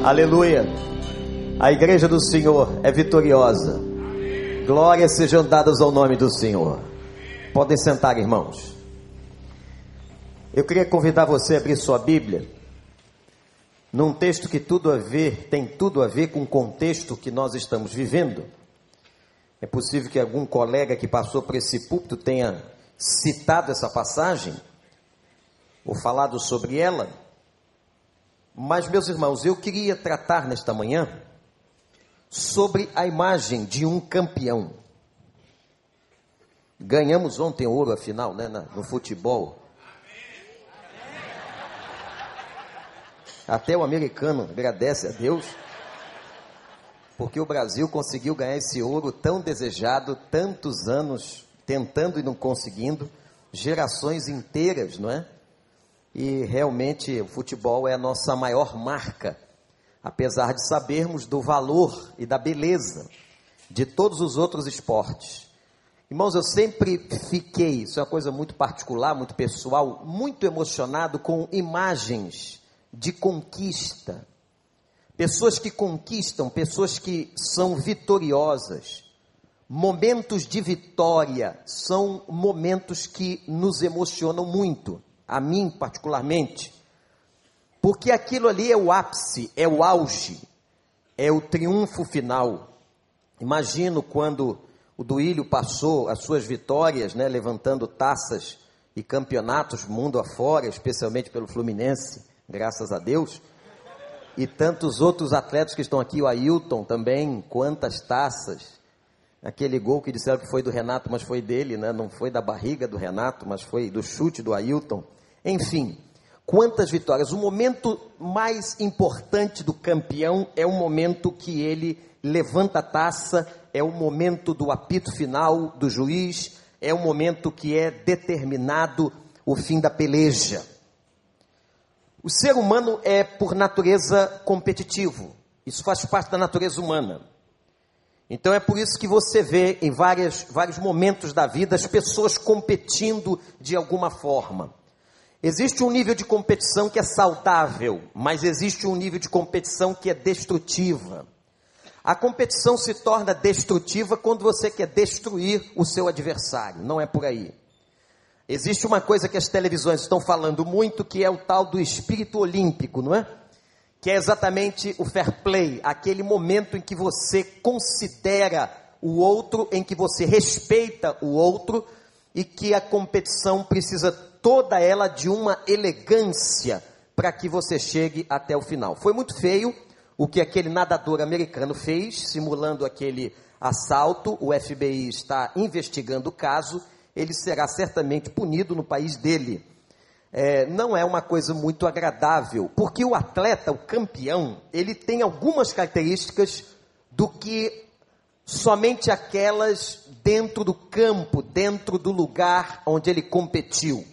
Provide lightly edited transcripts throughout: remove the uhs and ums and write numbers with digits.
Aleluia. A igreja do Senhor é vitoriosa. Glórias sejam dadas ao nome do Senhor. Podem sentar, irmãos. Eu queria convidar você a abrir sua Bíblia num texto que tem tudo a ver com o contexto que nós estamos vivendo. É possível que algum colega que passou por esse púlpito tenha citado essa passagem ou falado sobre ela. Mas, meus irmãos, eu queria tratar nesta manhã sobre a imagem de um campeão. Ganhamos ontem ouro, afinal, né, no futebol. Até o americano agradece a Deus, porque o Brasil conseguiu ganhar esse ouro tão desejado, tantos anos tentando e não conseguindo, gerações inteiras, não é? E realmente o futebol é a nossa maior marca, apesar de sabermos do valor e da beleza de todos os outros esportes. Irmãos, eu sempre fiquei, isso é uma coisa muito particular, muito pessoal, muito emocionado com imagens de conquista. Pessoas que conquistam, pessoas que são vitoriosas. Momentos de vitória são momentos que nos emocionam muito. A mim particularmente, porque aquilo ali é o ápice, é o auge, é o triunfo final. Imagino quando o Duílio passou as suas vitórias, né, levantando taças e campeonatos mundo afora, especialmente pelo Fluminense, graças a Deus, e tantos outros atletas que estão aqui, o Ailton também, quantas taças. Aquele gol que disseram que foi do Renato, mas foi dele, né? Não foi da barriga do Renato, mas foi do chute do Ailton. Enfim, quantas vitórias. O momento mais importante do campeão é o momento que ele levanta a taça, é o momento do apito final do juiz, é o momento que é determinado o fim da peleja. O ser humano é, por natureza, competitivo. Isso faz parte da natureza humana. Então é por isso que você vê em vários momentos da vida as pessoas competindo de alguma forma. Existe um nível de competição que é saudável, mas existe um nível de competição que é destrutiva. A competição se torna destrutiva quando você quer destruir o seu adversário, não é por aí. Existe uma coisa que as televisões estão falando muito, que é o tal do espírito olímpico, não é? Que é exatamente o fair play, aquele momento em que você considera o outro, em que você respeita o outro, e que a competição precisa toda ela de uma elegância para que você chegue até o final. Foi muito feio o que aquele nadador americano fez, simulando aquele assalto. O FBI está investigando o caso, ele será certamente punido no país dele. Não é uma coisa muito agradável, porque o atleta, o campeão, ele tem algumas características do que somente aquelas dentro do campo, dentro do lugar onde ele competiu.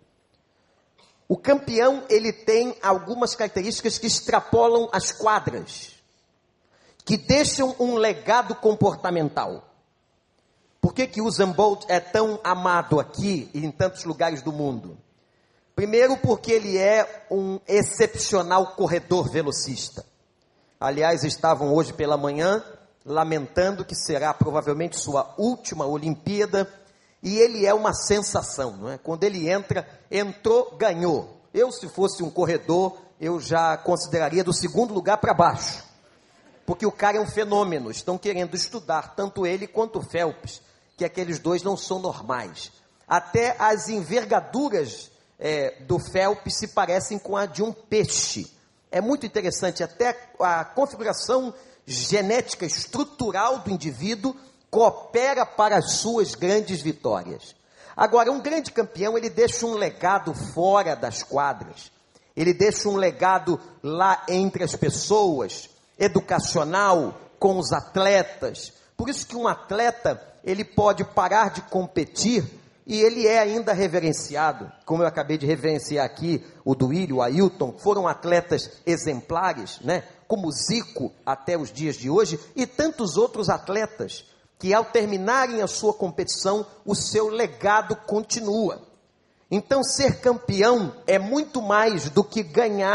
O campeão, ele tem algumas características que extrapolam as quadras, que deixam um legado comportamental. Por que o Usain Bolt é tão amado aqui e em tantos lugares do mundo? Primeiro, porque ele é um excepcional corredor velocista. Aliás, estavam hoje pela manhã lamentando que será provavelmente sua última Olimpíada, e ele é uma sensação, não é? Quando ele entrou, ganhou. Eu, se fosse um corredor, eu já consideraria do segundo lugar para baixo, porque o cara é um fenômeno. Estão querendo estudar tanto ele quanto o Phelps, que aqueles dois não são normais. Até as envergaduras do Phelps se parecem com a de um peixe. É muito interessante, até a configuração genética estrutural do indivíduo coopera para as suas grandes vitórias. Agora, um grande campeão, ele deixa um legado fora das quadras, ele deixa um legado lá entre as pessoas, educacional, com os atletas. Por isso que um atleta, ele pode parar de competir e ele é ainda reverenciado, como eu acabei de reverenciar aqui, o Duílio, o Ailton, foram atletas exemplares, né? Como Zico até os dias de hoje, e tantos outros atletas, que ao terminarem a sua competição, o seu legado continua. Então ser campeão é muito mais do que ganhar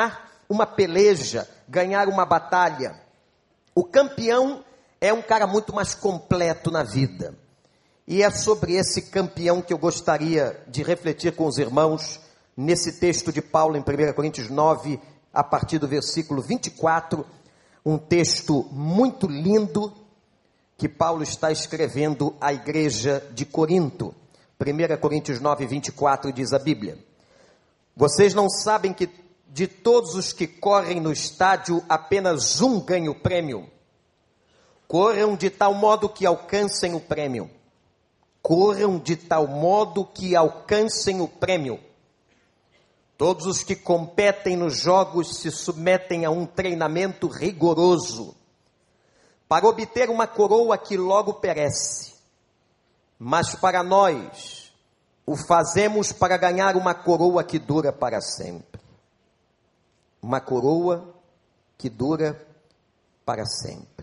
uma peleja, ganhar uma batalha. O campeão é um cara muito mais completo na vida. E é sobre esse campeão que eu gostaria de refletir com os irmãos nesse texto de Paulo em 1 Coríntios 9, a partir do versículo 24, um texto muito lindo que Paulo está escrevendo à igreja de Corinto. 1 Coríntios 9, 24 diz a Bíblia: vocês não sabem que de todos os que correm no estádio, apenas um ganha o prêmio? Corram de tal modo que alcancem o prêmio. Corram de tal modo que alcancem o prêmio. Todos os que competem nos jogos se submetem a um treinamento rigoroso para obter uma coroa que logo perece. Mas para nós, o fazemos para ganhar uma coroa que dura para sempre. Uma coroa que dura para sempre.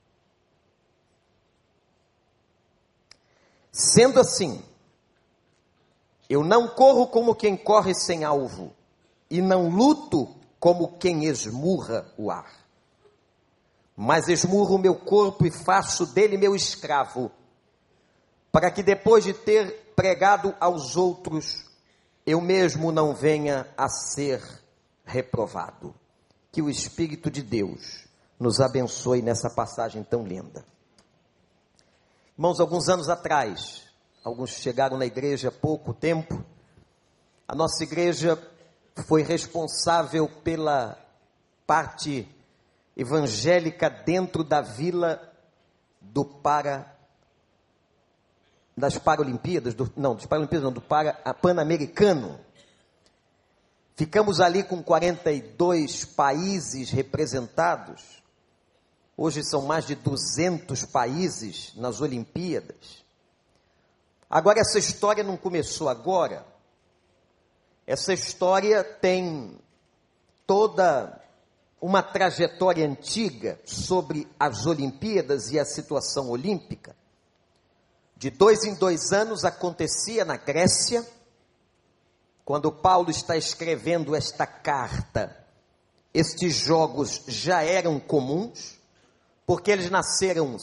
Sendo assim, eu não corro como quem corre sem alvo, e não luto como quem esmurra o ar. Mas esmurro o meu corpo e faço dele meu escravo, para que depois de ter pregado aos outros, eu mesmo não venha a ser reprovado. Que o Espírito de Deus nos abençoe nessa passagem tão linda. Irmãos, alguns anos atrás, alguns chegaram na igreja há pouco tempo, a nossa igreja foi responsável pela parte evangélica dentro da vila do das Paralimpíadas, do Pan-Americano. Ficamos ali com 42 países representados. Hoje são mais de 200 países nas Olimpíadas. Agora, essa história não começou agora. Essa história tem toda uma trajetória antiga sobre as Olimpíadas e a situação olímpica. De 2 em 2 anos acontecia na Grécia. Quando Paulo está escrevendo esta carta, estes jogos já eram comuns, porque eles nasceram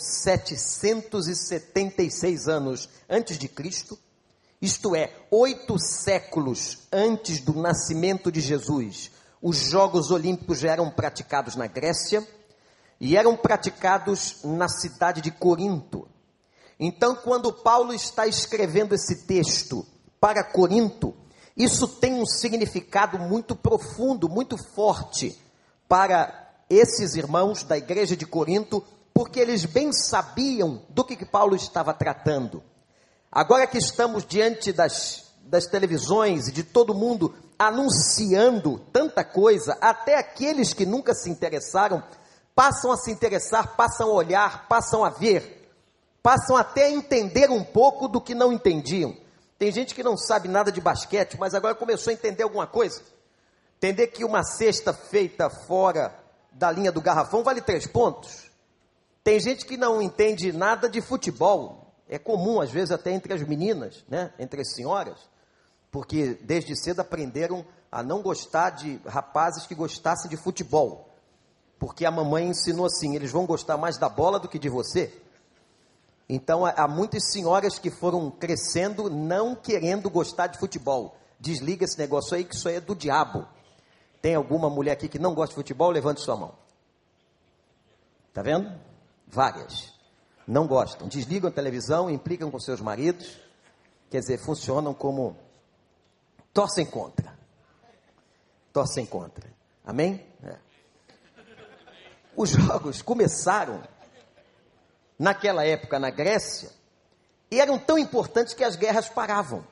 776 anos antes de Cristo, isto é, 8 séculos antes do nascimento de Jesus. Os Jogos Olímpicos já eram praticados na Grécia e eram praticados na cidade de Corinto. Então, quando Paulo está escrevendo esse texto para Corinto, isso tem um significado muito profundo, muito forte para esses irmãos da igreja de Corinto, porque eles bem sabiam do que Paulo estava tratando. Agora que estamos diante das televisões e de todo mundo anunciando tanta coisa, até aqueles que nunca se interessaram, passam a se interessar, passam a olhar, passam a ver, passam até a entender um pouco do que não entendiam. Tem gente que não sabe nada de basquete, mas agora começou a entender alguma coisa. Entender que uma cesta feita fora da linha do garrafão vale 3 pontos. Tem gente que não entende nada de futebol. É comum, às vezes, até entre as meninas, né? Entre as senhoras, porque desde cedo aprenderam a não gostar de rapazes que gostassem de futebol. Porque a mamãe ensinou assim, eles vão gostar mais da bola do que de você. Então, há muitas senhoras que foram crescendo não querendo gostar de futebol. Desliga esse negócio aí, que isso aí é do diabo. Tem alguma mulher aqui que não gosta de futebol? Levante sua mão. Está vendo? Várias. Não gostam. Desligam a televisão, implicam com seus maridos. Quer dizer, funcionam como... torcem contra. Torcem contra. Amém? É. Os jogos começaram... naquela época na Grécia, e eram tão importantes que as guerras paravam.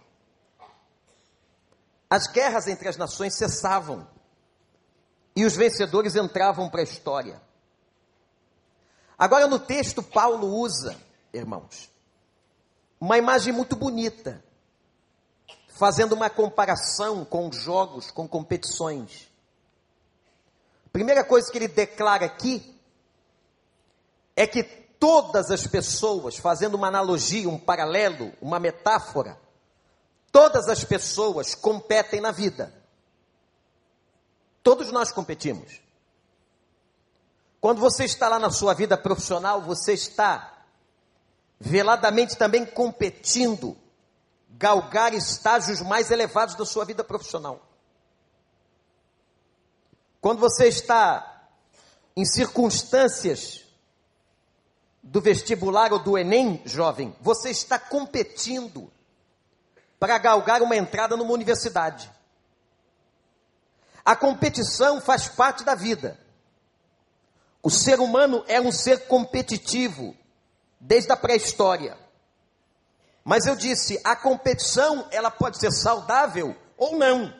As guerras entre as nações cessavam, e os vencedores entravam para a história. Agora no texto Paulo usa, irmãos, uma imagem muito bonita, fazendo uma comparação com jogos, com competições. A primeira coisa que ele declara aqui, é que todas as pessoas, fazendo uma analogia, um paralelo, uma metáfora, todas as pessoas competem na vida. Todos nós competimos. Quando você está lá na sua vida profissional, você está veladamente também competindo, galgar estágios mais elevados da sua vida profissional. Quando você está em circunstâncias do vestibular ou do Enem, jovem, você está competindo para galgar uma entrada numa universidade. A competição faz parte da vida. O ser humano é um ser competitivo, desde a pré-história. Mas eu disse, a competição, ela pode ser saudável ou não.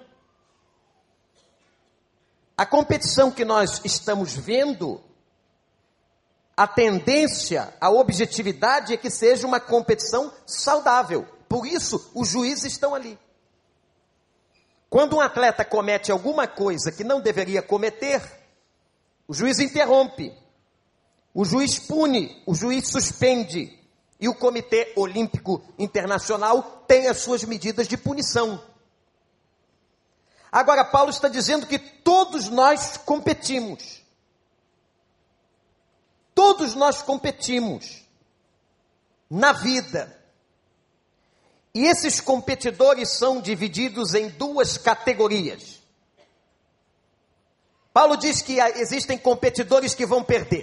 A competição que nós estamos vendo, a tendência, a objetividade é que seja uma competição saudável. Por isso, os juízes estão ali. Quando um atleta comete alguma coisa que não deveria cometer, o juiz interrompe, o juiz pune, o juiz suspende. E o Comitê Olímpico Internacional tem as suas medidas de punição. Agora, Paulo está dizendo que todos nós competimos. Todos nós competimos na vida. E esses competidores são divididos em duas categorias. Paulo diz que existem competidores que vão perder.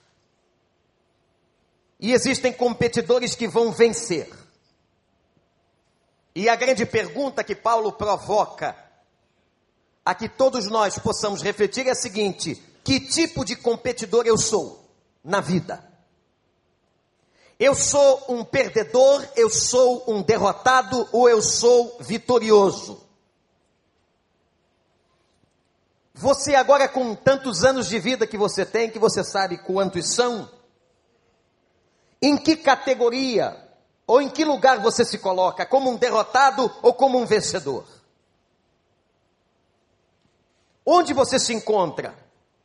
E existem competidores que vão vencer. E a grande pergunta que Paulo provoca a que todos nós possamos refletir é a seguinte: que tipo de competidor eu sou na vida? Eu sou um perdedor, eu sou um derrotado ou eu sou vitorioso? Você agora, com tantos anos de vida que você tem, que você sabe quantos são, em que categoria ou em que lugar você se coloca? Como um derrotado ou como um vencedor? Onde você se encontra?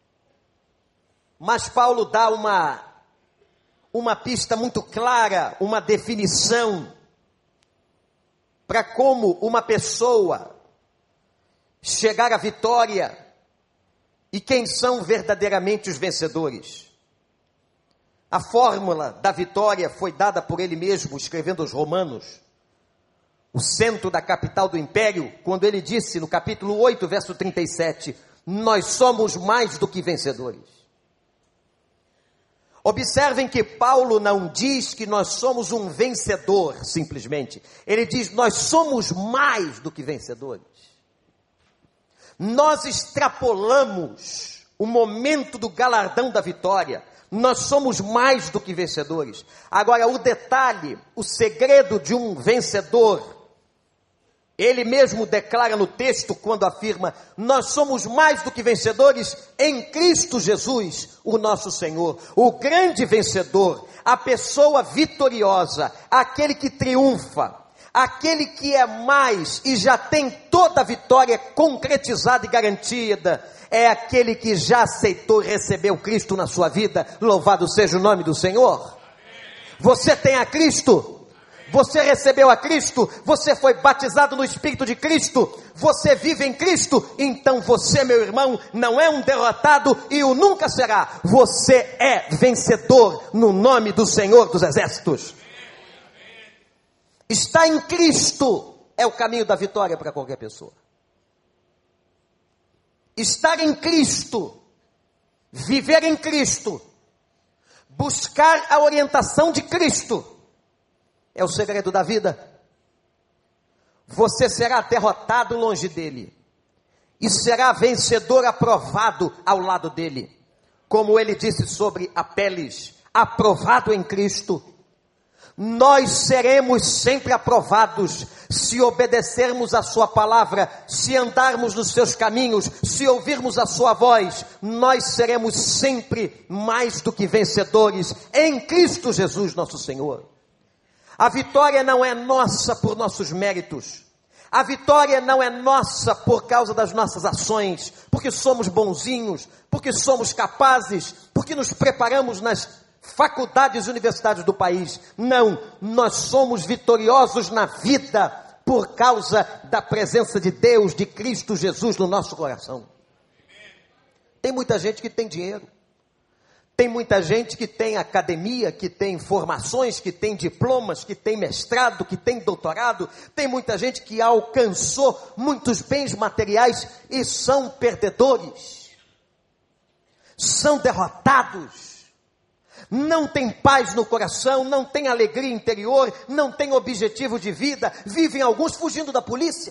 Mas Paulo dá uma pista muito clara, uma definição para como uma pessoa chegar à vitória e quem são verdadeiramente os vencedores. A fórmula da vitória foi dada por ele mesmo, escrevendo aos Romanos, o centro da capital do império, quando ele disse no capítulo 8, verso 37, nós somos mais do que vencedores. Observem que Paulo não diz que nós somos um vencedor, simplesmente. Ele diz, nós somos mais do que vencedores. Nós extrapolamos o momento do galardão da vitória. Nós somos mais do que vencedores. Agora, o detalhe, o segredo de um vencedor, ele mesmo declara no texto quando afirma, nós somos mais do que vencedores em Cristo Jesus, o nosso Senhor. O grande vencedor, a pessoa vitoriosa, aquele que triunfa, aquele que é mais e já tem toda a vitória concretizada e garantida, é aquele que já aceitou e recebeu Cristo na sua vida. Louvado seja o nome do Senhor. Você tem a Cristo? Você recebeu a Cristo? Você foi batizado no Espírito de Cristo? Você vive em Cristo? Então você, meu irmão, não é um derrotado e o nunca será. Você é vencedor no nome do Senhor dos Exércitos. Estar em Cristo é o caminho da vitória para qualquer pessoa. Estar em Cristo, viver em Cristo, buscar a orientação de Cristo, é o segredo da vida. Você será derrotado longe dele e será vencedor aprovado ao lado dele. Como ele disse sobre Apeles, aprovado em Cristo. Nós seremos sempre aprovados se obedecermos a sua palavra, se andarmos nos seus caminhos, se ouvirmos a sua voz. Nós seremos sempre mais do que vencedores em Cristo Jesus, nosso Senhor. A vitória não é nossa por nossos méritos. A vitória não é nossa por causa das nossas ações, porque somos bonzinhos, porque somos capazes, porque nos preparamos nas faculdades e universidades do país. Não, nós somos vitoriosos na vida por causa da presença de Deus, de Cristo Jesus no nosso coração. Tem muita gente que tem dinheiro. Tem muita gente que tem academia, que tem formações, que tem diplomas, que tem mestrado, que tem doutorado. Tem muita gente que alcançou muitos bens materiais e são perdedores. São derrotados. Não tem paz no coração, não tem alegria interior, não tem objetivo de vida. Vivem alguns fugindo da polícia.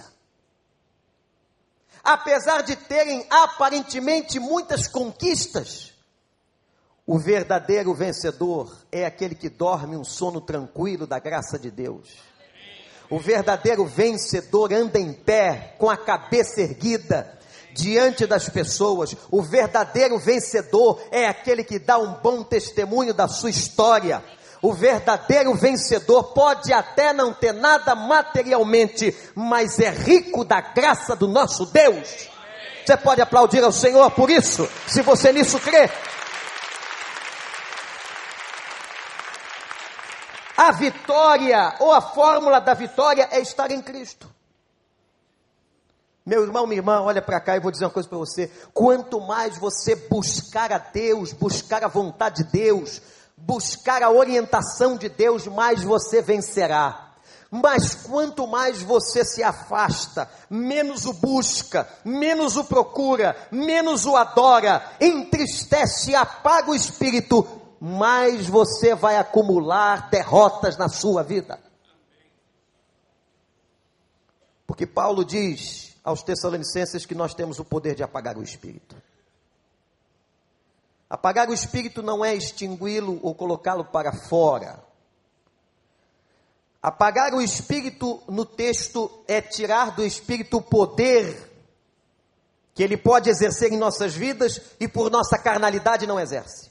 Apesar de terem aparentemente muitas conquistas, o verdadeiro vencedor é aquele que dorme um sono tranquilo da graça de Deus. O verdadeiro vencedor anda em pé, com a cabeça erguida, diante das pessoas. O verdadeiro vencedor é aquele que dá um bom testemunho da sua história. O verdadeiro vencedor pode até não ter nada materialmente, mas é rico da graça do nosso Deus. Você pode aplaudir ao Senhor por isso, se você nisso crê. A vitória, ou a fórmula da vitória, é estar em Cristo. Meu irmão, minha irmã, olha para cá e vou dizer uma coisa para você. Quanto mais você buscar a Deus, buscar a vontade de Deus, buscar a orientação de Deus, mais você vencerá. Mas quanto mais você se afasta, menos o busca, menos o procura, menos o adora, entristece e apaga o espírito, mais você vai acumular derrotas na sua vida. Porque Paulo diz aos Tessalonicenses que nós temos o poder de apagar o espírito. Apagar o espírito não é extingui-lo ou colocá-lo para fora. Apagar o espírito no texto é tirar do espírito o poder que ele pode exercer em nossas vidas e por nossa carnalidade não exerce.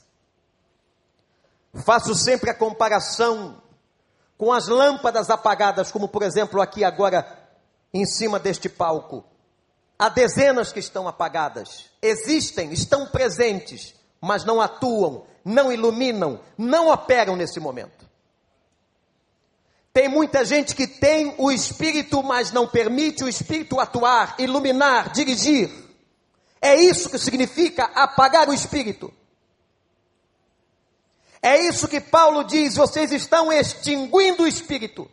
Faço sempre a comparação com as lâmpadas apagadas, como por exemplo aqui agora em cima deste palco. Há dezenas que estão apagadas, existem, estão presentes, mas não atuam, não iluminam, não operam nesse momento. Tem muita gente que tem o Espírito, mas não permite o Espírito atuar, iluminar, dirigir. É isso que significa apagar o Espírito. É isso que Paulo diz, vocês estão extinguindo o Espírito.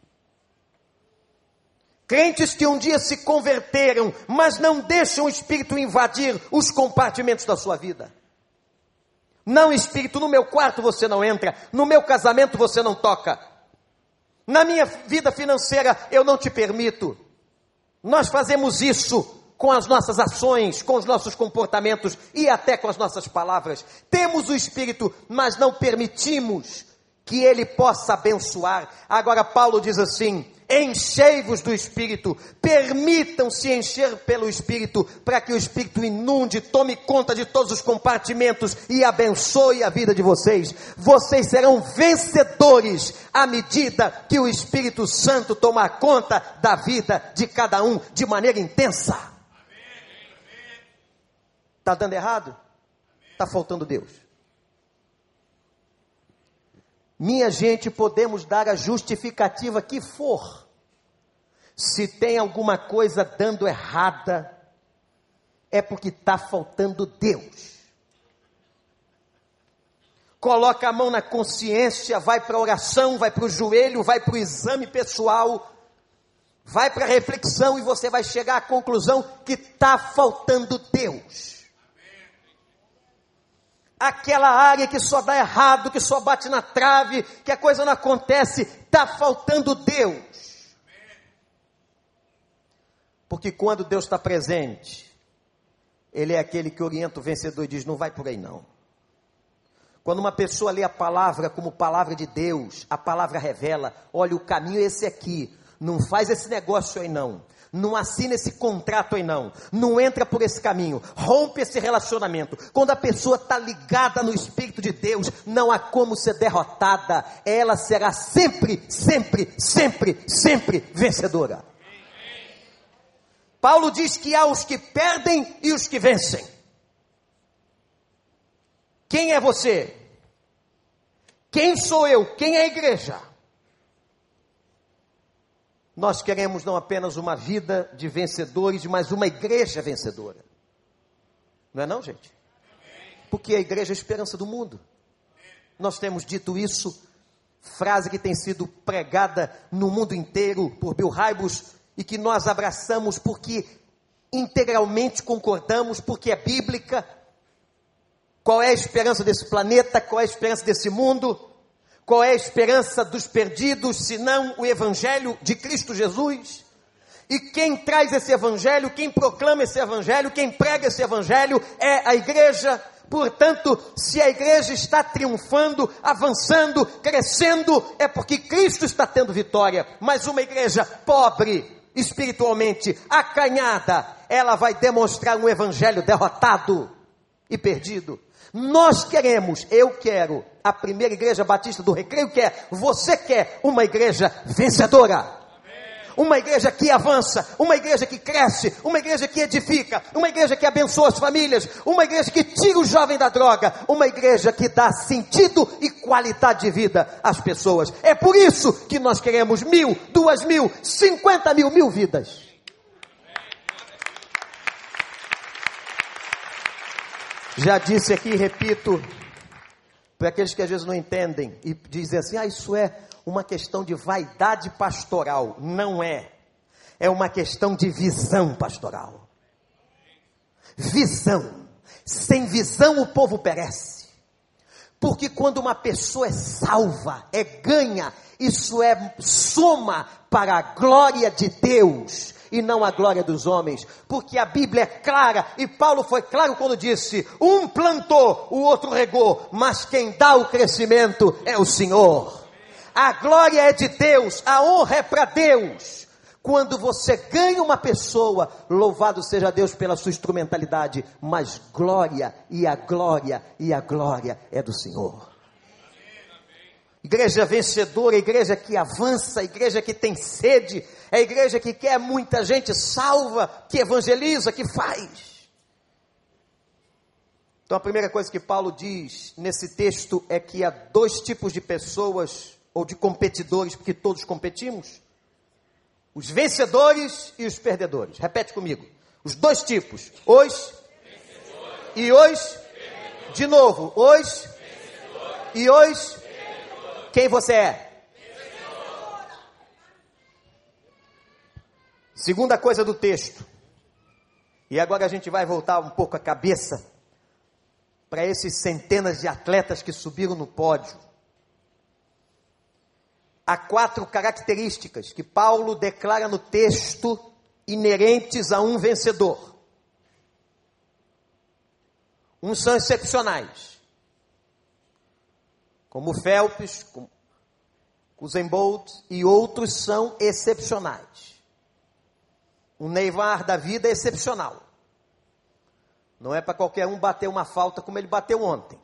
Crentes que um dia se converteram, mas não deixam o Espírito invadir os compartimentos da sua vida. Não, Espírito, no meu quarto você não entra, no meu casamento você não toca, na minha vida financeira eu não te permito. Nós fazemos isso com as nossas ações, com os nossos comportamentos e até com as nossas palavras. Temos o Espírito, mas não permitimos que Ele possa abençoar. Agora Paulo diz assim, enchei-vos do Espírito, permitam-se encher pelo Espírito, para que o Espírito inunde, tome conta de todos os compartimentos e abençoe a vida de vocês. Vocês serão vencedores à medida que o Espírito Santo tomar conta da vida de cada um de maneira intensa. Está dando errado? Está faltando Deus. Minha gente, podemos dar a justificativa que for. Se tem alguma coisa dando errada, é porque está faltando Deus. Coloca a mão na consciência, vai para a oração, vai para o joelho, vai para o exame pessoal, vai para a reflexão e você vai chegar à conclusão que está faltando Deus. Aquela área que só dá errado, que só bate na trave, que a coisa não acontece, está faltando Deus. Porque quando Deus está presente, Ele é aquele que orienta o vencedor e diz, não vai por aí não. Quando uma pessoa lê a palavra como palavra de Deus, a palavra revela, olha, o caminho é esse aqui, não faz esse negócio aí não. Não assina esse contrato aí não, não entra por esse caminho, rompe esse relacionamento. Quando a pessoa está ligada no Espírito de Deus, não há como ser derrotada, ela será sempre, sempre, sempre, sempre vencedora. Paulo diz que há os que perdem e os que vencem. Quem é você? Quem sou eu? Quem é a igreja? Nós queremos não apenas uma vida de vencedores, mas uma igreja vencedora. Não é não, gente? Porque a igreja é a esperança do mundo. Nós temos dito isso, frase que tem sido pregada no mundo inteiro por Bill Hybels, e que nós abraçamos porque integralmente concordamos, porque é bíblica. Qual é a esperança desse planeta? Qual é a esperança desse mundo? Qual é a esperança dos perdidos, senão o Evangelho de Cristo Jesus? E quem traz esse Evangelho, quem proclama esse Evangelho, quem prega esse Evangelho é a igreja. Portanto, se a igreja está triunfando, avançando, crescendo, é porque Cristo está tendo vitória. Mas uma igreja pobre, espiritualmente, acanhada, ela vai demonstrar um evangelho derrotado e perdido. Nós queremos, eu quero, a primeira igreja batista do Recreio quer, você quer uma igreja vencedora. Uma igreja que avança, uma igreja que cresce, uma igreja que edifica, uma igreja que abençoa as famílias, uma igreja que tira o jovem da droga, uma igreja que dá sentido e qualidade de vida às pessoas. É por isso que nós queremos 1.000, 2.000, 50.000, 1.000 vidas. Já disse aqui e repito, para aqueles que às vezes não entendem e dizem assim, isso é uma questão de vaidade pastoral. Não é. É uma questão de visão pastoral. Visão. Sem visão o povo perece. Porque quando uma pessoa é salva, é ganha, isso é soma para a glória de Deus e não a glória dos homens. Porque a Bíblia é clara, e Paulo foi claro quando disse, um plantou, o outro regou, mas quem dá o crescimento é o Senhor. A glória é de Deus, a honra é para Deus. Quando você ganha uma pessoa, louvado seja Deus pela sua instrumentalidade, mas glória e a glória e a glória é do Senhor. Igreja vencedora, igreja que avança, igreja que tem sede, é a igreja que quer muita gente salva, que evangeliza, que faz. Então a primeira coisa que Paulo diz nesse texto é que há dois tipos de pessoas, ou de competidores, porque todos competimos, os vencedores e os perdedores. Repete comigo, os dois tipos, os e os, de novo, os e os, quem você é? Segunda coisa do texto, e agora a gente vai voltar um pouco a cabeça para esses centenas de atletas que subiram no pódio. Há 4 características que Paulo declara no texto inerentes a um vencedor. Uns são excepcionais, como Phelps, como Usain Bolt, e outros são excepcionais. O Neymar da vida é excepcional. Não é para qualquer um bater uma falta como ele bateu ontem.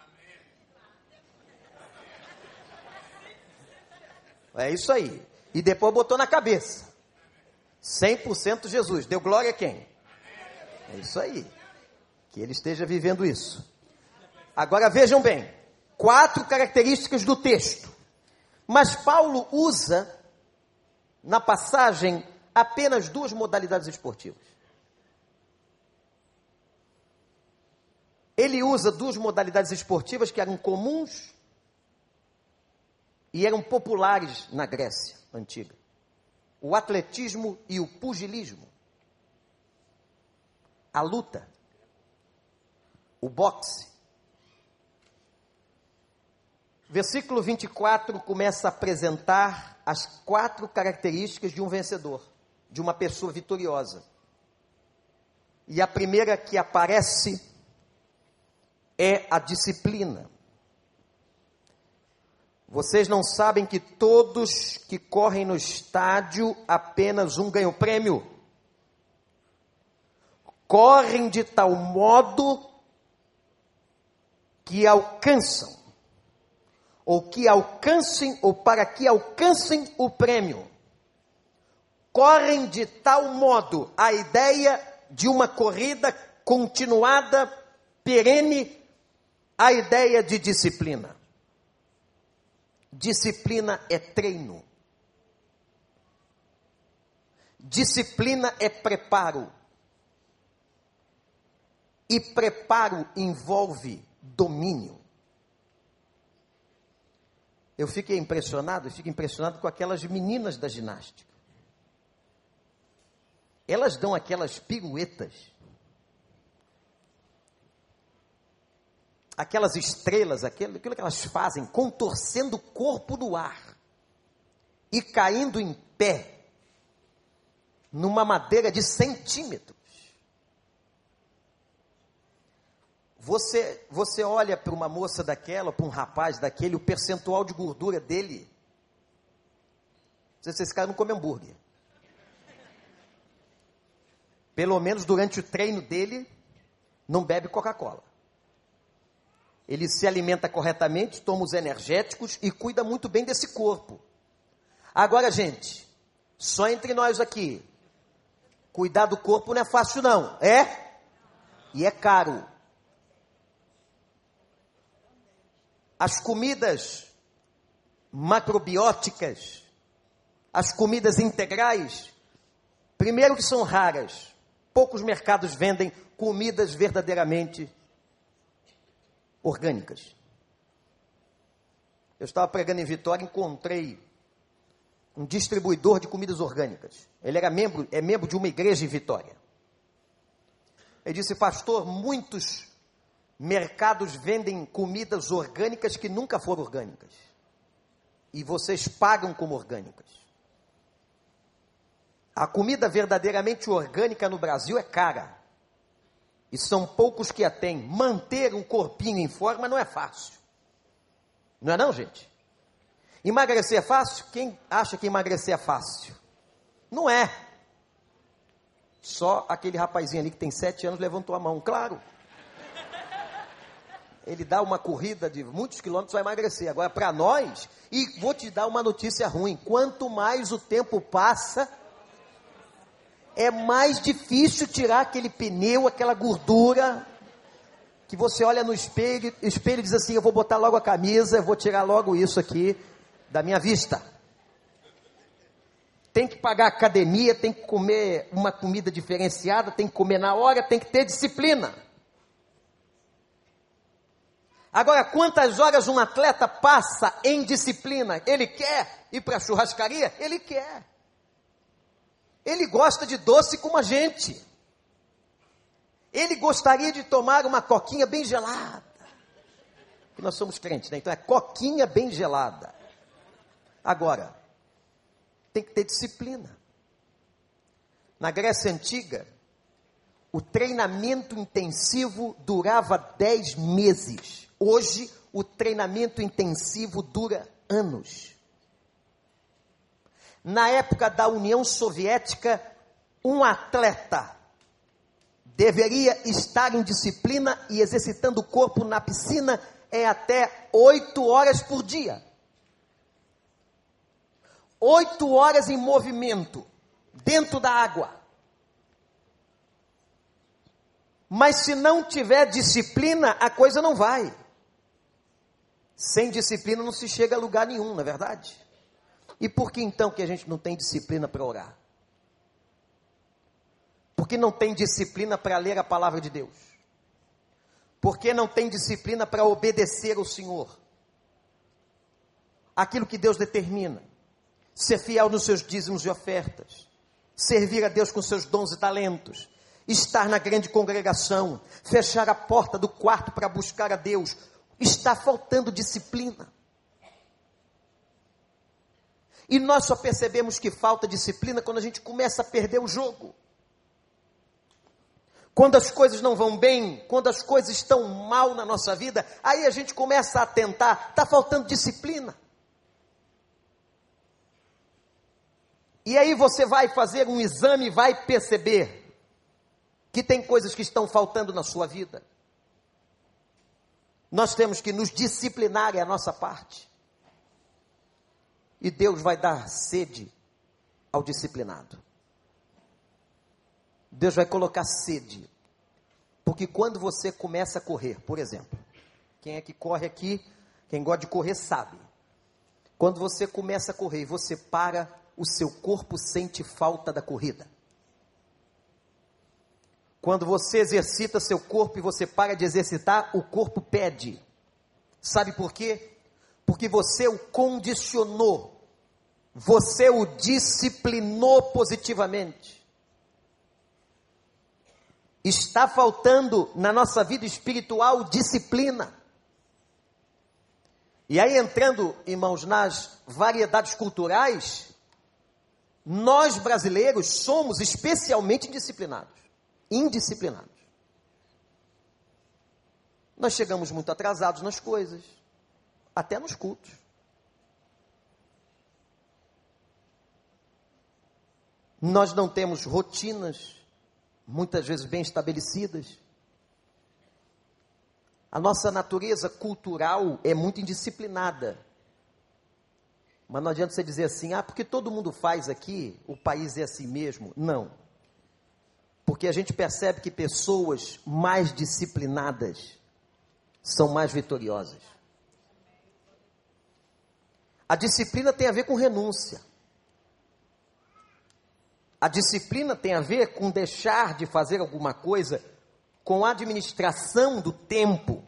É isso aí. E depois botou na cabeça. 100% Jesus. Deu glória a quem? É isso aí. Que ele esteja vivendo isso. Agora vejam bem. 4 características do texto. Mas Paulo usa, na passagem, apenas 2 modalidades esportivas. Ele usa 2 modalidades esportivas que eram comuns e eram populares na Grécia antiga. O atletismo e o pugilismo. A luta. O boxe. Versículo 24 começa a apresentar as 4 características de um vencedor, de uma pessoa vitoriosa. E a primeira que aparece é a disciplina. Vocês não sabem que todos que correm no estádio, apenas um ganha o prêmio? Correm de tal modo que alcançam, ou para que alcancem o prêmio. Correm de tal modo, a ideia de uma corrida continuada, perene, a ideia de disciplina. Disciplina é treino. Disciplina é preparo. E preparo envolve domínio. Eu fico impressionado com aquelas meninas da ginástica. Elas dão aquelas piruetas, aquelas estrelas, aquilo que elas fazem, contorcendo o corpo no ar e caindo em pé, numa madeira de centímetros. Você olha para uma moça daquela, para um rapaz daquele, o percentual de gordura dele. Não sei se esse cara não come hambúrguer. Pelo menos durante o treino dele, não bebe Coca-Cola. Ele se alimenta corretamente, toma os energéticos e cuida muito bem desse corpo. Agora, gente, só entre nós aqui, cuidar do corpo não é fácil não, é? E é caro. As comidas macrobióticas, as comidas integrais, primeiro que são raras, poucos mercados vendem comidas verdadeiramente orgânicas. Eu estava pregando em Vitória e encontrei um distribuidor de comidas orgânicas. Ele é membro de uma igreja em Vitória. Ele disse: pastor, muitos mercados vendem comidas orgânicas que nunca foram orgânicas. E vocês pagam como orgânicas. A comida verdadeiramente orgânica no Brasil é cara. E são poucos que a têm. Manter um corpinho em forma não é fácil. Não é não, gente? Emagrecer é fácil? Quem acha que emagrecer é fácil? Não é. Só aquele rapazinho ali que tem 7 anos levantou a mão. Claro. Ele dá uma corrida de muitos quilômetros, vai emagrecer. Agora, para nós, e vou te dar uma notícia ruim, quanto mais o tempo passa, é mais difícil tirar aquele pneu, aquela gordura, que você olha no espelho e diz assim: eu vou botar logo a camisa, eu vou tirar logo isso aqui da minha vista. Tem que pagar academia, tem que comer uma comida diferenciada, tem que comer na hora, tem que ter disciplina. Agora, quantas horas um atleta passa em disciplina? Ele quer ir para a churrascaria? Ele quer. Ele gosta de doce como a gente. Ele gostaria de tomar uma coquinha bem gelada. Porque nós somos crentes, né? Então é coquinha bem gelada. Agora, tem que ter disciplina. Na Grécia Antiga, o treinamento intensivo durava 10 meses. Hoje, o treinamento intensivo dura anos. Na época da União Soviética, um atleta deveria estar em disciplina e exercitando o corpo na piscina até 8 horas por dia. 8 horas em movimento, dentro da água. Mas se não tiver disciplina, a coisa não vai. Sem disciplina não se chega a lugar nenhum, não é verdade? E por que então que a gente não tem disciplina para orar? Por que não tem disciplina para ler a palavra de Deus? Por que não tem disciplina para obedecer ao Senhor? Aquilo que Deus determina. Ser fiel nos seus dízimos e ofertas. Servir a Deus com seus dons e talentos. Estar na grande congregação. Fechar a porta do quarto para buscar a Deus. Está faltando disciplina. E nós só percebemos que falta disciplina quando a gente começa a perder o jogo. Quando as coisas não vão bem, quando as coisas estão mal na nossa vida, aí a gente começa a tentar, está faltando disciplina. E aí você vai fazer um exame e vai perceber que tem coisas que estão faltando na sua vida. Nós temos que nos disciplinar, é a nossa parte. E Deus vai dar sede ao disciplinado. Deus vai colocar sede. Porque quando você começa a correr, por exemplo, quem é que corre aqui, quem gosta de correr sabe. Quando você começa a correr e você para, o seu corpo sente falta da corrida. Quando você exercita seu corpo e você para de exercitar, o corpo pede. Sabe por quê? Porque você o condicionou. Você o disciplinou positivamente. Está faltando na nossa vida espiritual disciplina. E aí, entrando, irmãos, nas variedades culturais, nós brasileiros somos especialmente indisciplinados. Nós chegamos muito atrasados nas coisas, até nos cultos. Nós não temos rotinas, muitas vezes bem estabelecidas. A nossa natureza cultural é muito indisciplinada. Mas não adianta você dizer assim, porque todo mundo faz aqui, o país é assim mesmo. Não. Porque a gente percebe que pessoas mais disciplinadas são mais vitoriosas. A disciplina tem a ver com renúncia. A disciplina tem a ver com deixar de fazer alguma coisa com a administração do tempo.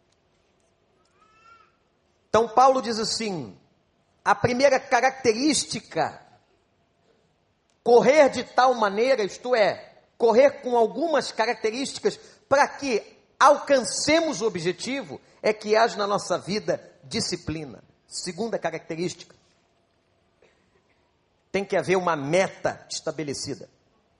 Então Paulo diz assim, a primeira característica, correr de tal maneira, isto é, correr com algumas características para que alcancemos o objetivo, é que haja na nossa vida disciplina. Segunda característica, tem que haver uma meta estabelecida.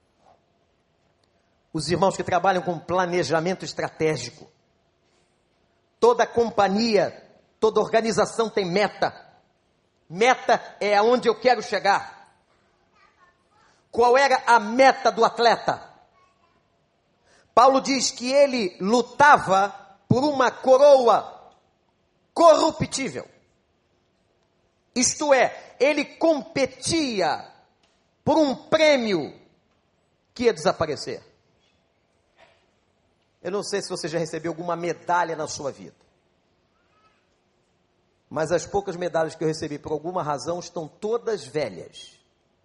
Os irmãos que trabalham com planejamento estratégico, toda companhia, toda organização tem meta. Meta é aonde eu quero chegar. Qual era a meta do atleta? Paulo diz que ele lutava por uma coroa corruptível. Isto é, ele competia por um prêmio que ia desaparecer. Eu não sei se você já recebeu alguma medalha na sua vida. Mas as poucas medalhas que eu recebi, por alguma razão, estão todas velhas.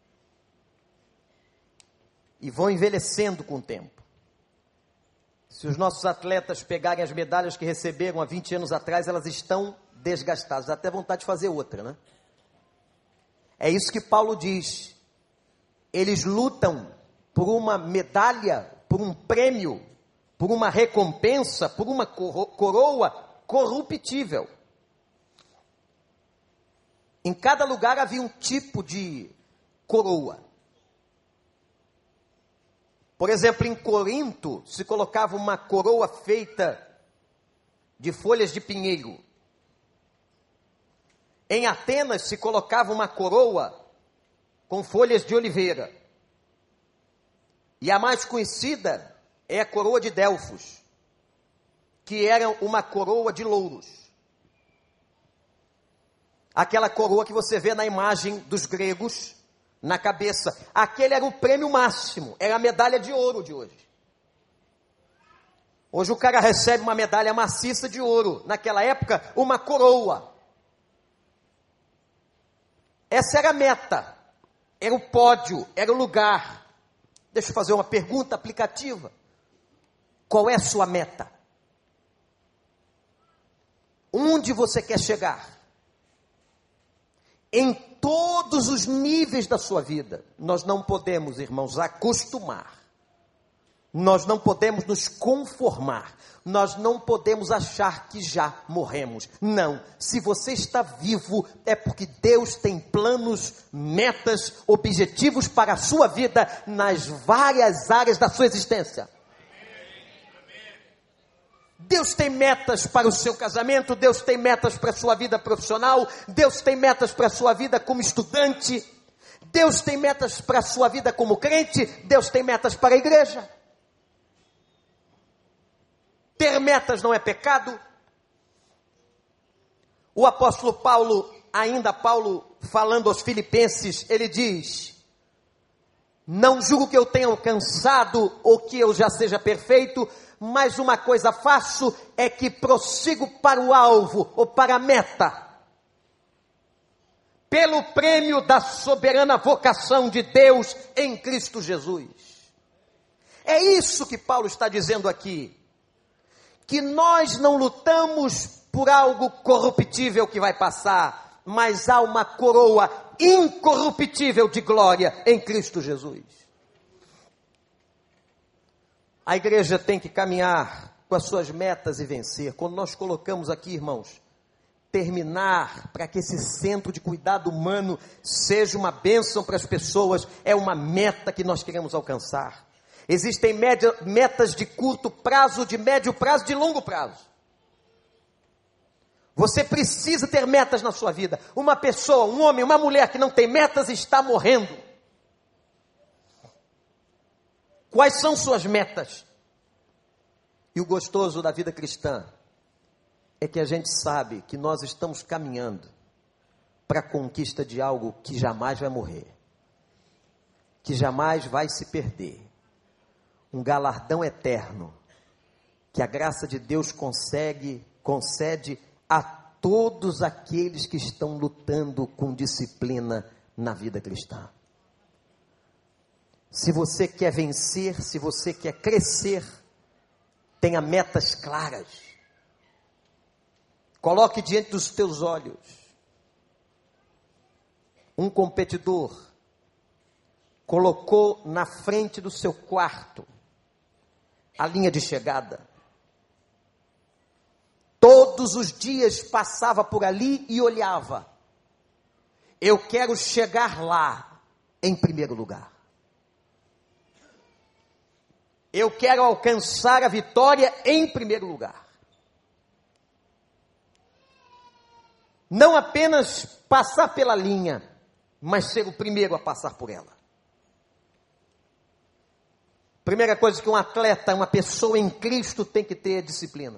E vão envelhecendo com o tempo. Se os nossos atletas pegarem as medalhas que receberam há 20 anos atrás, elas estão desgastadas. Dá até vontade de fazer outra, né? É isso que Paulo diz. Eles lutam por uma medalha, por um prêmio, por uma recompensa, por uma coroa corruptível. Em cada lugar havia um tipo de coroa. Por exemplo, em Corinto se colocava uma coroa feita de folhas de pinheiro. Em Atenas se colocava uma coroa com folhas de oliveira. E a mais conhecida é a coroa de Delfos, que era uma coroa de louros. Aquela coroa que você vê na imagem dos gregos, na cabeça. Aquele era o prêmio máximo, era a medalha de ouro de hoje. Hoje o cara recebe uma medalha maciça de ouro. Naquela época, uma coroa. Essa era a meta, era o pódio, era o lugar. Deixa eu fazer uma pergunta aplicativa. Qual é a sua meta? Onde você quer chegar? Em todos os níveis da sua vida. Nós não podemos, irmãos, acostumar. Nós não podemos nos conformar. Nós não podemos achar que já morremos. Não. Se você está vivo, é porque Deus tem planos, metas, objetivos para a sua vida nas várias áreas da sua existência. Deus tem metas para o seu casamento, Deus tem metas para a sua vida profissional, Deus tem metas para a sua vida como estudante, Deus tem metas para a sua vida como crente, Deus tem metas para a igreja. Ter metas não é pecado. O apóstolo Paulo, falando aos filipenses, ele diz: não julgo que eu tenha alcançado ou que eu já seja perfeito, mas uma coisa faço, é que prossigo para o alvo, ou para a meta, pelo prêmio da soberana vocação de Deus em Cristo Jesus. É isso que Paulo está dizendo aqui. Que nós não lutamos por algo corruptível que vai passar, mas há uma coroa incorruptível de glória em Cristo Jesus. A igreja tem que caminhar com as suas metas e vencer. Quando nós colocamos aqui, irmãos, terminar para que esse centro de cuidado humano seja uma bênção para as pessoas, é uma meta que nós queremos alcançar. Existem metas de curto prazo, de médio prazo, de longo prazo. Você precisa ter metas na sua vida. Uma pessoa, um homem, uma mulher que não tem metas está morrendo. Quais são suas metas? E o gostoso da vida cristã é que a gente sabe que nós estamos caminhando para a conquista de algo que jamais vai morrer, que jamais vai se perder. Um galardão eterno, que a graça de Deus concede a todos aqueles que estão lutando com disciplina na vida cristã. Se você quer vencer, se você quer crescer, tenha metas claras. Coloque diante dos teus olhos um competidor, colocou na frente do seu quarto a linha de chegada. Todos os dias passava por ali e olhava. Eu quero chegar lá em primeiro lugar. Eu quero alcançar a vitória em primeiro lugar. Não apenas passar pela linha, mas ser o primeiro a passar por ela. Primeira coisa que um atleta, uma pessoa em Cristo tem que ter é disciplina.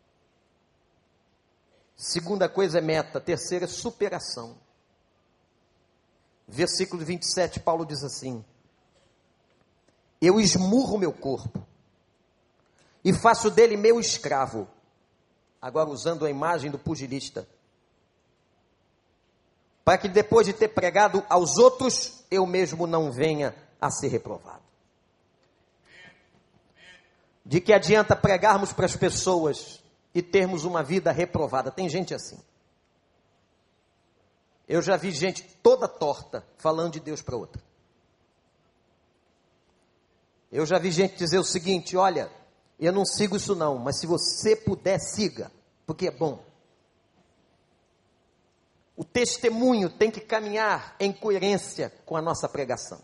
Segunda coisa é meta. Terceira é superação. Versículo 27, Paulo diz assim: eu esmurro meu corpo e faço dele meu escravo. Agora usando a imagem do pugilista. Para que depois de ter pregado aos outros, eu mesmo não venha a ser reprovado. De que adianta pregarmos para as pessoas e termos uma vida reprovada? Tem gente assim. Eu já vi gente toda torta falando de Deus para outra. Eu já vi gente dizer o seguinte: olha, eu não sigo isso não, mas se você puder, siga, porque é bom. O testemunho tem que caminhar em coerência com a nossa pregação.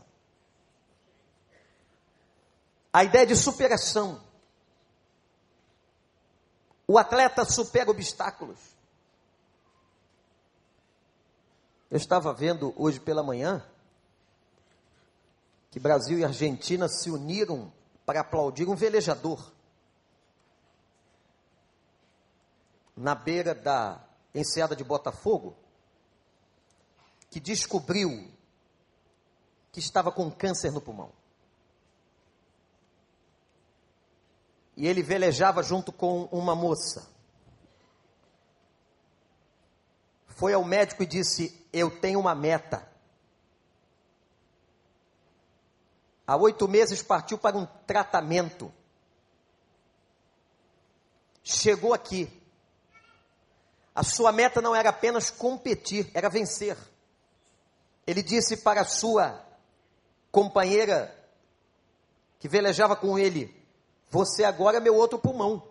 A ideia de superação. O atleta supera obstáculos. Eu estava vendo hoje pela manhã que Brasil e Argentina se uniram para aplaudir um velejador na beira da enseada de Botafogo, que descobriu que estava com câncer no pulmão. E ele velejava junto com uma moça. Foi ao médico e disse: eu tenho uma meta. Há 8 meses partiu para um tratamento. Chegou aqui. A sua meta não era apenas competir, era vencer. Ele disse para a sua companheira que velejava com ele: você agora é meu outro pulmão.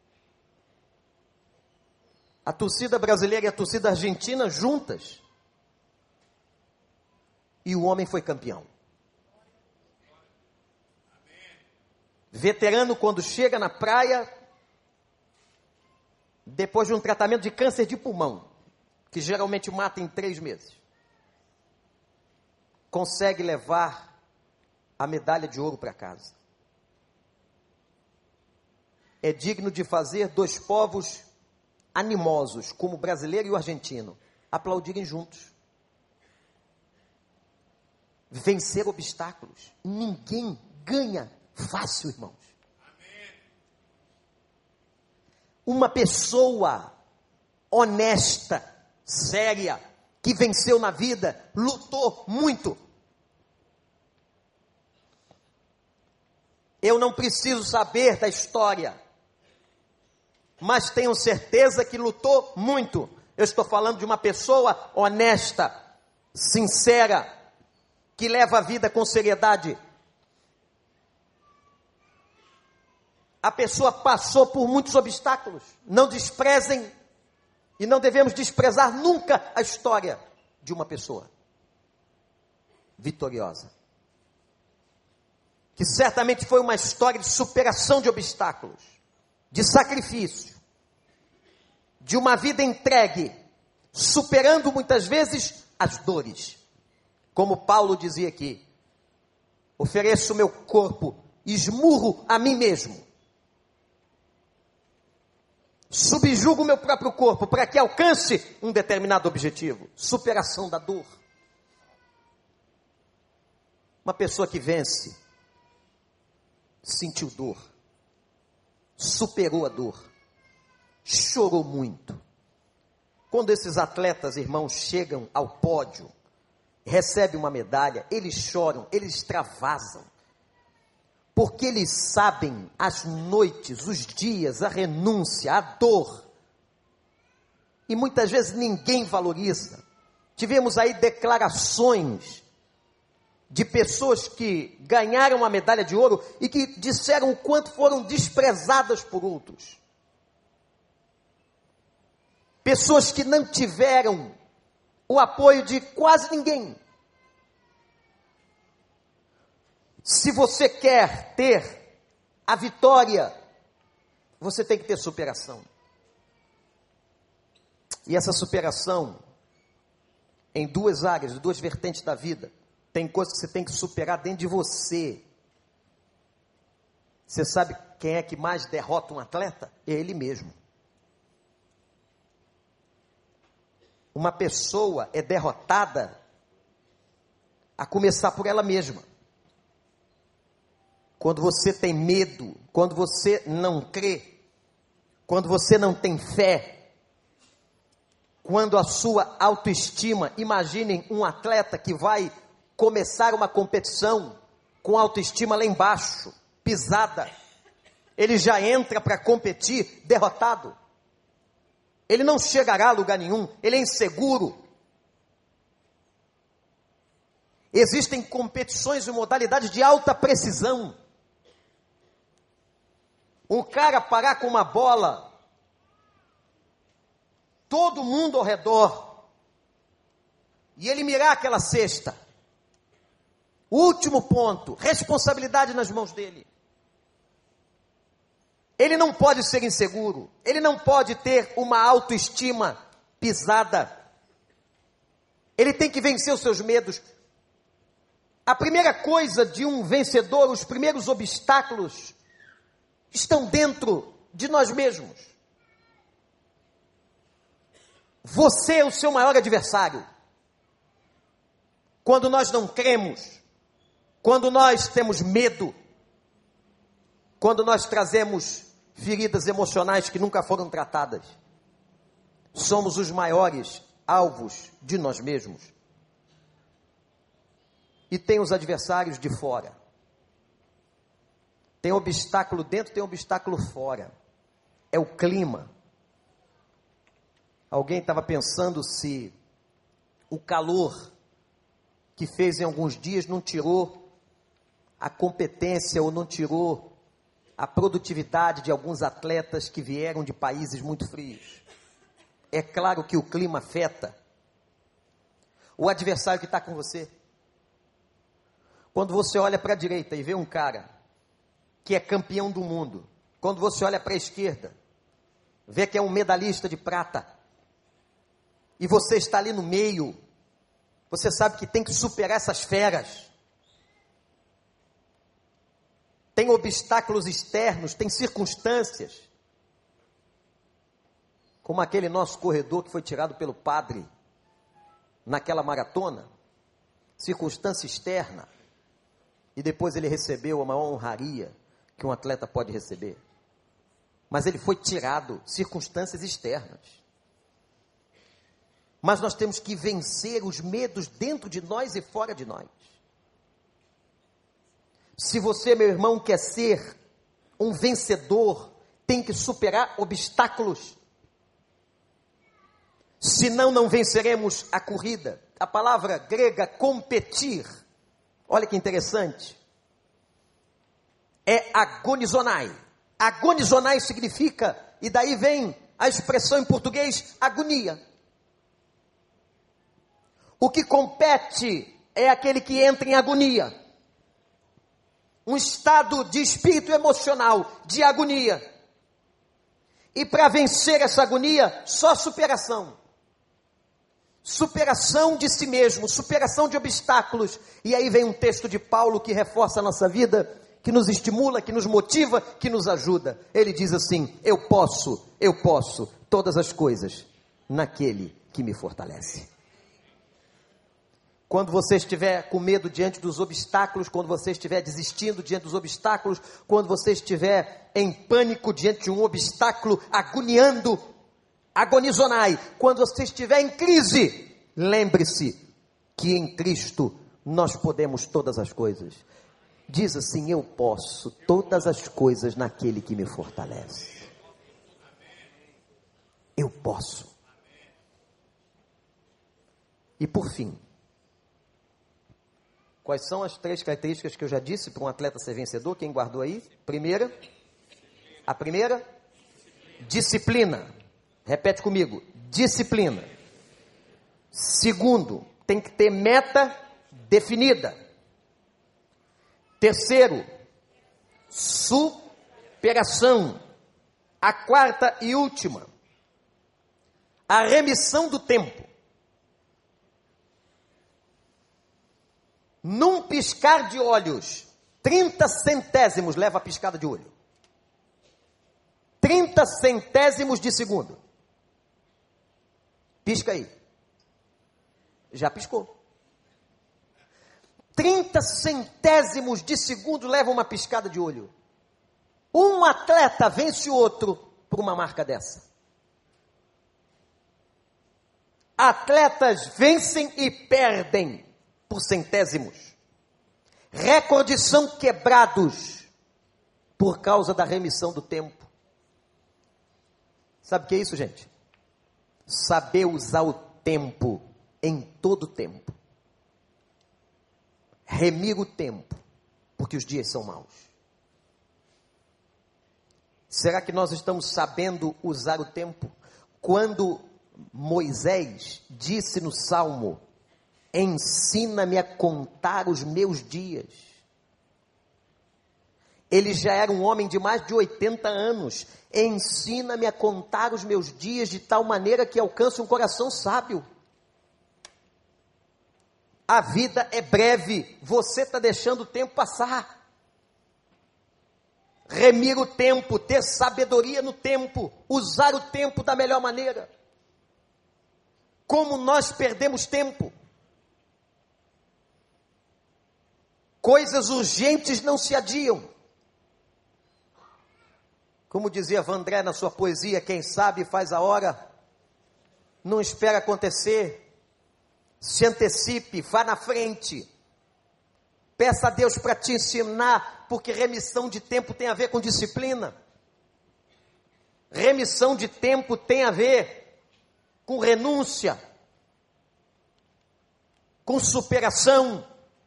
A torcida brasileira e a torcida argentina juntas. E o homem foi campeão. Veterano, quando chega na praia, depois de um tratamento de câncer de pulmão, que geralmente mata em 3 meses, consegue levar a medalha de ouro para casa. É digno de fazer 2 povos animosos, como o brasileiro e o argentino, aplaudirem juntos. Vencer obstáculos. Ninguém ganha fácil, irmãos. Uma pessoa honesta, séria, que venceu na vida, lutou muito. Eu não preciso saber da história, mas tenho certeza que lutou muito. Eu estou falando de uma pessoa honesta, sincera, que leva a vida com seriedade. A pessoa passou por muitos obstáculos. Não desprezem e não devemos desprezar nunca a história de uma pessoa vitoriosa, que certamente foi uma história de superação de obstáculos, de sacrifício, de uma vida entregue, superando muitas vezes as dores. Como Paulo dizia aqui: ofereço o meu corpo, esmurro a mim mesmo, subjugo o meu próprio corpo para que alcance um determinado objetivo, superação da dor. Uma pessoa que vence, sentiu dor, superou a dor, chorou muito. Quando esses atletas, irmãos, chegam ao pódio, recebem uma medalha, eles choram, eles extravasam, porque eles sabem as noites, os dias, a renúncia, a dor, e muitas vezes ninguém valoriza. Tivemos aí declarações de pessoas que ganharam a medalha de ouro e que disseram o quanto foram desprezadas por outros. Pessoas que não tiveram o apoio de quase ninguém. Se você quer ter a vitória, você tem que ter superação. E essa superação, em duas áreas, duas vertentes da vida. Tem coisas que você tem que superar dentro de você. Você sabe quem é que mais derrota um atleta? É ele mesmo. Uma pessoa é derrotada a começar por ela mesma. Quando você tem medo, quando você não crê, quando você não tem fé, quando a sua autoestima, imaginem um atleta que vai começar uma competição com autoestima lá embaixo, pisada, ele já entra para competir derrotado, ele não chegará a lugar nenhum, ele é inseguro. Existem competições e modalidades de alta precisão. Um cara parar com uma bola, todo mundo ao redor, e ele mirar aquela cesta. O último ponto, responsabilidade nas mãos dele. Ele não pode ser inseguro, ele não pode ter uma autoestima pisada. Ele tem que vencer os seus medos. A primeira coisa de um vencedor, os primeiros obstáculos, estão dentro de nós mesmos. Você é o seu maior adversário. Quando nós não cremos, quando nós temos medo, quando nós trazemos feridas emocionais que nunca foram tratadas, somos os maiores alvos de nós mesmos. E tem os adversários de fora. Tem obstáculo dentro, tem obstáculo fora. É o clima. Alguém estava pensando se o calor que fez em alguns dias não tirou a competência ou não tirou a produtividade de alguns atletas que vieram de países muito frios. É claro que o clima afeta o adversário que está com você. Quando você olha para a direita e vê um cara que é campeão do mundo, quando você olha para a esquerda, vê que é um medalhista de prata, e você está ali no meio, você sabe que tem que superar essas feras. Tem obstáculos externos, tem circunstâncias, como aquele nosso corredor que foi tirado pelo padre naquela maratona, circunstância externa, e depois ele recebeu a maior honraria que um atleta pode receber. Mas ele foi tirado, circunstâncias externas. Mas nós temos que vencer os medos dentro de nós e fora de nós. Se você, meu irmão, quer ser um vencedor, tem que superar obstáculos. Senão não venceremos a corrida. A palavra grega competir, olha que interessante, é agonizonai. Agonizonai significa, e daí vem a expressão em português, agonia. O que compete é aquele que entra em agonia. Um estado de espírito emocional, de agonia. E para vencer essa agonia, só superação. Superação de si mesmo, superação de obstáculos. E aí vem um texto de Paulo que reforça a nossa vida, que nos estimula, que nos motiva, que nos ajuda. Ele diz assim: eu posso todas as coisas naquele que me fortalece. Quando você estiver com medo diante dos obstáculos, quando você estiver desistindo diante dos obstáculos, quando você estiver em pânico diante de um obstáculo, agoniando, agonizonai. Quando você estiver em crise, lembre-se que em Cristo nós podemos todas as coisas. Diz assim: eu posso todas as coisas naquele que me fortalece. Eu posso. E por fim, quais são as 3 características que eu já disse para um atleta ser vencedor? Quem guardou aí? A primeira, disciplina. Repete comigo, disciplina. Segundo, tem que ter meta definida. Terceiro, superação. A quarta e última, a remissão do tempo. Num piscar de olhos, 30 centésimos leva a piscada de olho. 30 centésimos de segundo. Pisca aí. Já piscou. 30 centésimos de segundo leva uma piscada de olho. Um atleta vence o outro por uma marca dessa. Atletas vencem e perdem por centésimos. Recordes são quebrados por causa da remissão do tempo. Sabe o que é isso, gente? Saber usar o tempo em todo tempo. Remir o tempo, porque os dias são maus. Será que nós estamos sabendo usar o tempo? Quando Moisés disse no Salmo: ensina-me a contar os meus dias. Ele já era um homem de mais de 80 anos. Ensina-me a contar os meus dias de tal maneira que alcance um coração sábio. A vida é breve. Você está deixando o tempo passar. Remir o tempo, ter sabedoria no tempo, usar o tempo da melhor maneira. Como nós perdemos tempo. Coisas urgentes não se adiam. Como dizia Vandré na sua poesia, quem sabe faz a hora, não espera acontecer, se antecipe, vá na frente, peça a Deus para te ensinar, porque remissão de tempo tem a ver com disciplina, remissão de tempo tem a ver com renúncia, com superação.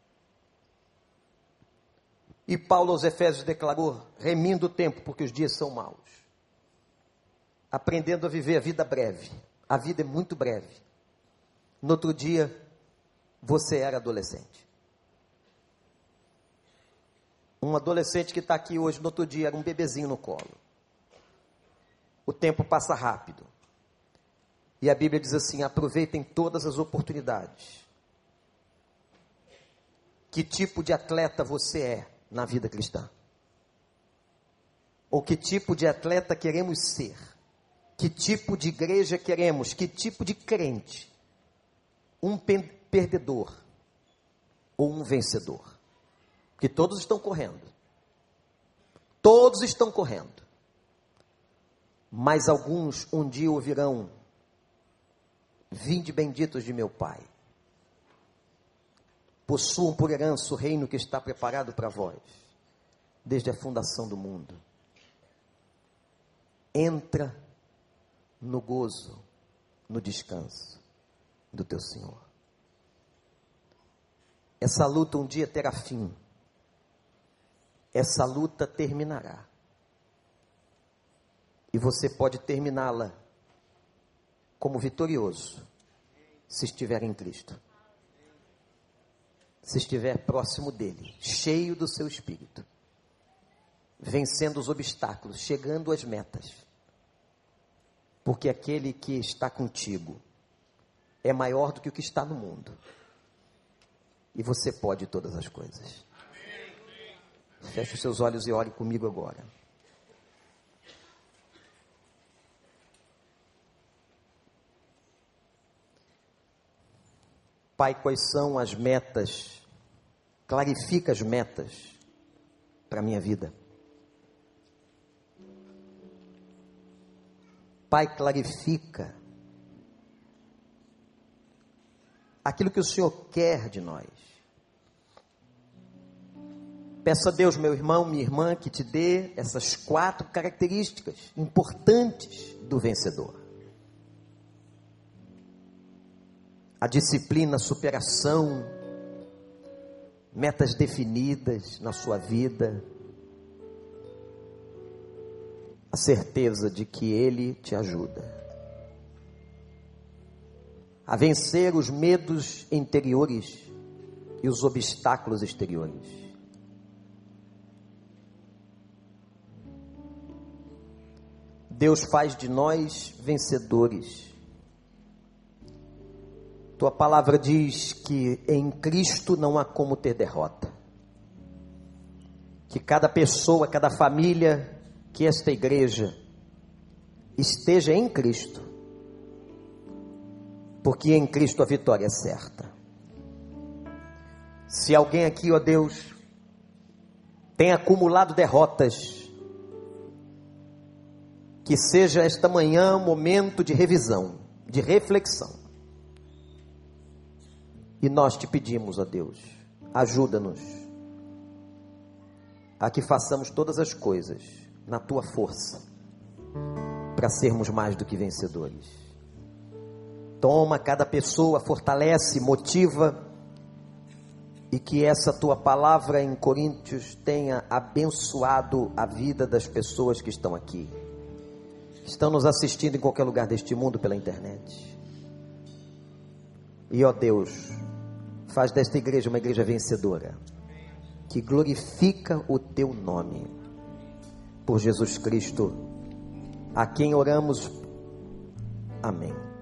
E Paulo aos Efésios declarou: remindo o tempo, porque os dias são maus. Aprendendo a viver a vida breve. A vida é muito breve. No outro dia, você era adolescente. Um adolescente que está aqui hoje, no outro dia, era um bebezinho no colo. O tempo passa rápido. E a Bíblia diz assim: aproveitem todas as oportunidades. Que tipo de atleta você é na vida cristã? Ou que tipo de atleta queremos ser? Que tipo de igreja queremos? Que tipo de crente? Um perdedor ou um vencedor? Porque todos estão correndo. Todos estão correndo. Mas alguns um dia ouvirão: vinde benditos de meu Pai. Possuam por herança o reino que está preparado para vós. desde a fundação do mundo. Entra no gozo, no descanso do teu Senhor. Essa luta um dia terá fim. Essa luta terminará. E você pode terminá-la como vitorioso, se estiver em Cristo. Se estiver próximo dele, cheio do seu Espírito, vencendo os obstáculos, chegando às metas. Porque aquele que está contigo é maior do que o que está no mundo. E você pode todas as coisas. Feche os seus olhos e ore comigo agora. Pai, quais são as metas? Clarifica as metas para a minha vida. Pai, clarifica aquilo que o Senhor quer de nós. Peço a Deus, meu irmão, minha irmã, que te dê essas 4 características importantes do vencedor. A disciplina, a superação, metas definidas na sua vida, a certeza de que Ele te ajuda a vencer os medos interiores e os obstáculos exteriores. Deus faz de nós vencedores. Tua palavra diz que em Cristo não há como ter derrota. Que cada pessoa, cada família, que esta igreja esteja em Cristo. Porque em Cristo a vitória é certa. Se alguém aqui, ó Deus, tem acumulado derrotas, que seja esta manhã um momento de revisão, de reflexão. E nós te pedimos, ó Deus, ajuda-nos a que façamos todas as coisas na tua força, para sermos mais do que vencedores. Toma cada pessoa, fortalece, motiva, e que essa tua palavra em Coríntios tenha abençoado a vida das pessoas que estão aqui. Estão nos assistindo em qualquer lugar deste mundo pela internet. E ó Deus, faz desta igreja uma igreja vencedora, que glorifica o teu nome. Por Jesus Cristo, a quem oramos. Amém.